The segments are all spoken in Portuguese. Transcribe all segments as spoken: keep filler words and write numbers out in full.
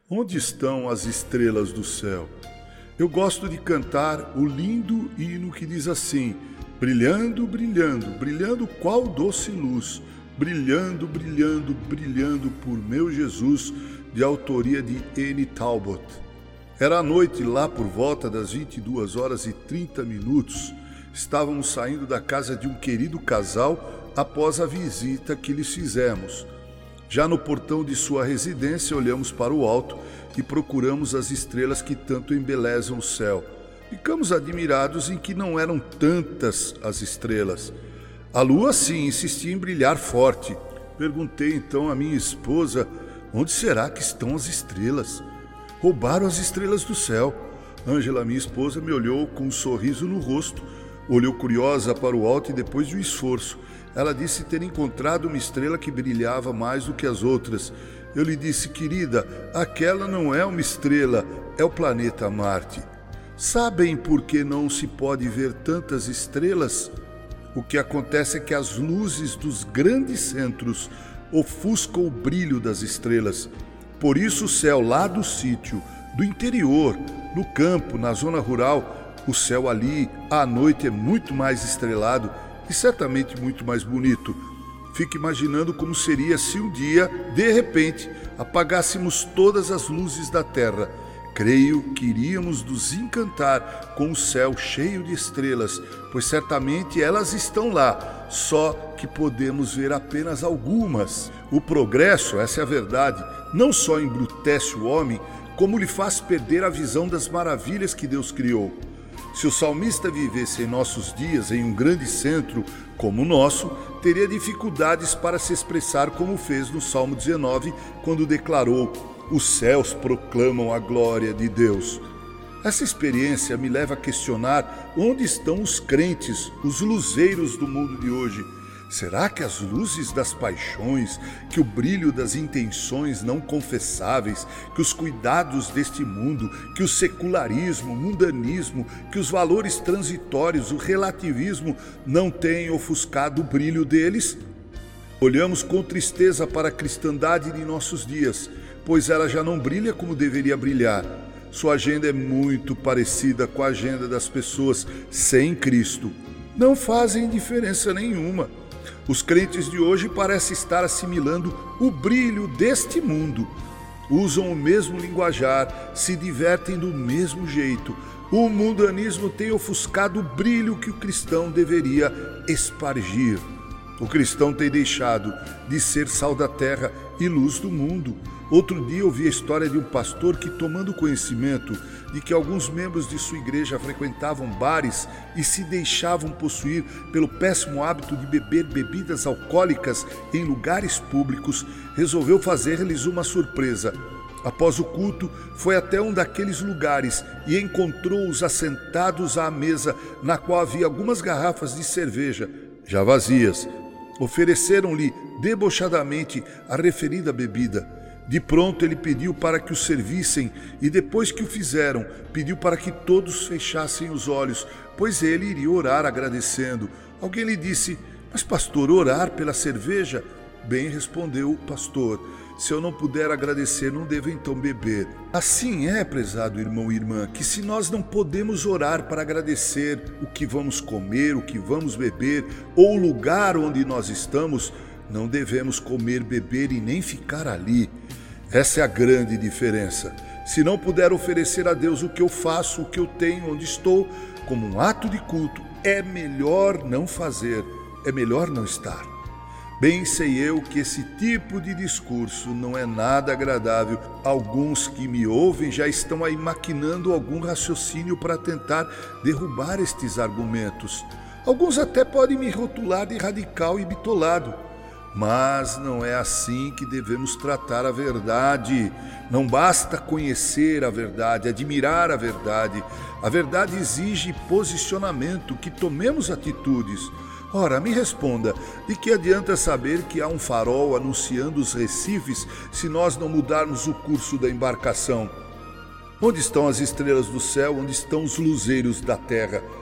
Onde estão as estrelas do céu? Eu gosto de cantar o lindo hino que diz assim: brilhando, brilhando, brilhando qual doce luz, brilhando, brilhando, brilhando por meu Jesus, de autoria de N. Talbot. Era a noite, lá por volta das vinte e duas horas e trinta minutos. Estávamos saindo da casa de um querido casal após a visita que lhes fizemos. Já no portão de sua residência, olhamos para o alto e procuramos as estrelas que tanto embelezam o céu. Ficamos admirados em que não eram tantas as estrelas. A lua, sim, insistia em brilhar forte. Perguntei então à minha esposa: onde será que estão as estrelas? Roubaram as estrelas do céu. Ângela, minha esposa, me olhou com um sorriso no rosto, olhou curiosa para o alto e depois de um esforço, ela disse ter encontrado uma estrela que brilhava mais do que as outras. Eu lhe disse: querida, aquela não é uma estrela, é o planeta Marte. Sabem por que não se pode ver tantas estrelas? O que acontece é que as luzes dos grandes centros ofuscam o brilho das estrelas. Por isso o céu lá do sítio, do interior, no campo, na zona rural, o céu ali à noite é muito mais estrelado e certamente muito mais bonito. Fique imaginando como seria se um dia, de repente, apagássemos todas as luzes da terra. Creio que iríamos nos encantar com o céu cheio de estrelas, pois certamente elas estão lá, só que podemos ver apenas algumas. O progresso, essa é a verdade, não só embrutece o homem, como lhe faz perder a visão das maravilhas que Deus criou. Se o salmista vivesse em nossos dias em um grande centro como o nosso, teria dificuldades para se expressar como fez no Salmo dezenove, quando declarou: os céus proclamam a glória de Deus. Essa experiência me leva a questionar onde estão os crentes, os luzeiros do mundo de hoje. Será que as luzes das paixões, que o brilho das intenções não confessáveis, que os cuidados deste mundo, que o secularismo, o mundanismo, que os valores transitórios, o relativismo não têm ofuscado o brilho deles? Olhamos com tristeza para a cristandade de nossos dias, pois ela já não brilha como deveria brilhar. Sua agenda é muito parecida com a agenda das pessoas sem Cristo. Não fazem diferença nenhuma. Os crentes de hoje parecem estar assimilando o brilho deste mundo. Usam o mesmo linguajar, se divertem do mesmo jeito. O mundanismo tem ofuscado o brilho que o cristão deveria espargir. O cristão tem deixado de ser sal da terra e luz do mundo. Outro dia ouvi a história de um pastor que, tomando conhecimento de que alguns membros de sua igreja frequentavam bares e se deixavam possuir pelo péssimo hábito de beber bebidas alcoólicas em lugares públicos, resolveu fazer-lhes uma surpresa. Após o culto, foi até um daqueles lugares e encontrou-os assentados à mesa, na qual havia algumas garrafas de cerveja, já vazias. Ofereceram-lhe debochadamente a referida bebida. De pronto ele pediu para que o servissem e depois que o fizeram, pediu para que todos fechassem os olhos, pois ele iria orar agradecendo. Alguém lhe disse: mas pastor, orar pela cerveja? Bem, respondeu o pastor, se eu não puder agradecer, não devo então beber. Assim é, prezado irmão e irmã, que se nós não podemos orar para agradecer o que vamos comer, o que vamos beber, ou o lugar onde nós estamos, não devemos comer, beber e nem ficar ali. Essa é a grande diferença. Se não puder oferecer a Deus o que eu faço, o que eu tenho, onde estou, como um ato de culto, é melhor não fazer, é melhor não estar. Bem sei eu que esse tipo de discurso não é nada agradável. Alguns que me ouvem já estão aí maquinando algum raciocínio para tentar derrubar estes argumentos. Alguns até podem me rotular de radical e bitolado. Mas não é assim que devemos tratar a verdade. Não basta conhecer a verdade, admirar a verdade. A verdade exige posicionamento, que tomemos atitudes. Ora, me responda, de que adianta saber que há um farol anunciando os recifes se nós não mudarmos o curso da embarcação? Onde estão as estrelas do céu? Onde estão os luzeiros da terra?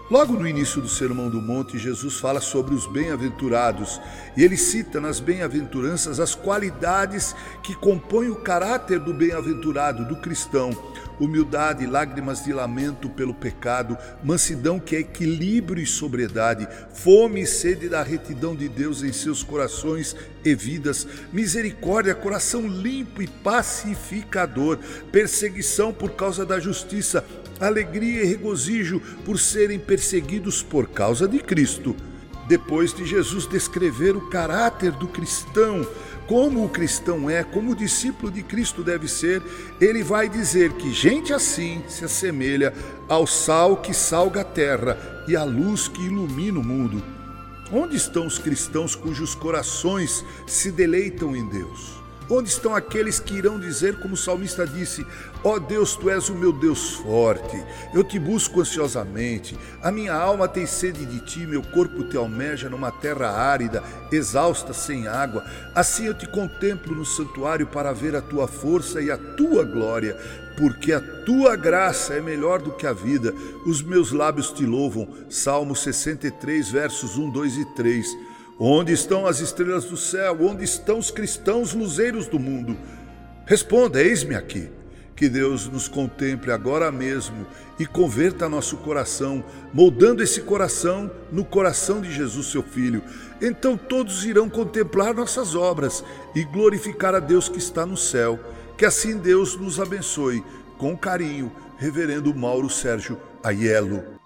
Logo no início do Sermão do Monte, Jesus fala sobre os bem-aventurados e ele cita nas bem-aventuranças as qualidades que compõem o caráter do bem-aventurado, do cristão: humildade, lágrimas de lamento pelo pecado, mansidão que é equilíbrio e sobriedade, fome e sede da retidão de Deus em seus corações e vidas, misericórdia, coração limpo e pacificador, perseguição por causa da justiça, alegria e regozijo por serem perseguidos por causa de Cristo. Depois de Jesus descrever o caráter do cristão, como o cristão é, como o discípulo de Cristo deve ser, ele vai dizer que gente assim se assemelha ao sal que salga a terra e à luz que ilumina o mundo. Onde estão os cristãos cujos corações se deleitam em Deus? Onde estão aqueles que irão dizer, como o salmista disse: ó Deus, tu és o meu Deus forte, eu te busco ansiosamente, a minha alma tem sede de ti, meu corpo te almeja numa terra árida, exausta, sem água. Assim eu te contemplo no santuário para ver a tua força e a tua glória, porque a tua graça é melhor do que a vida. Os meus lábios te louvam. Salmo sessenta e três, versos um, dois e três. Onde estão as estrelas do céu? Onde estão os cristãos luzeiros do mundo? Responda: eis-me aqui. Que Deus nos contemple agora mesmo e converta nosso coração, moldando esse coração no coração de Jesus, seu Filho. Então todos irão contemplar nossas obras e glorificar a Deus que está no céu. Que assim Deus nos abençoe. Com carinho, Reverendo Mauro Sérgio Aiello.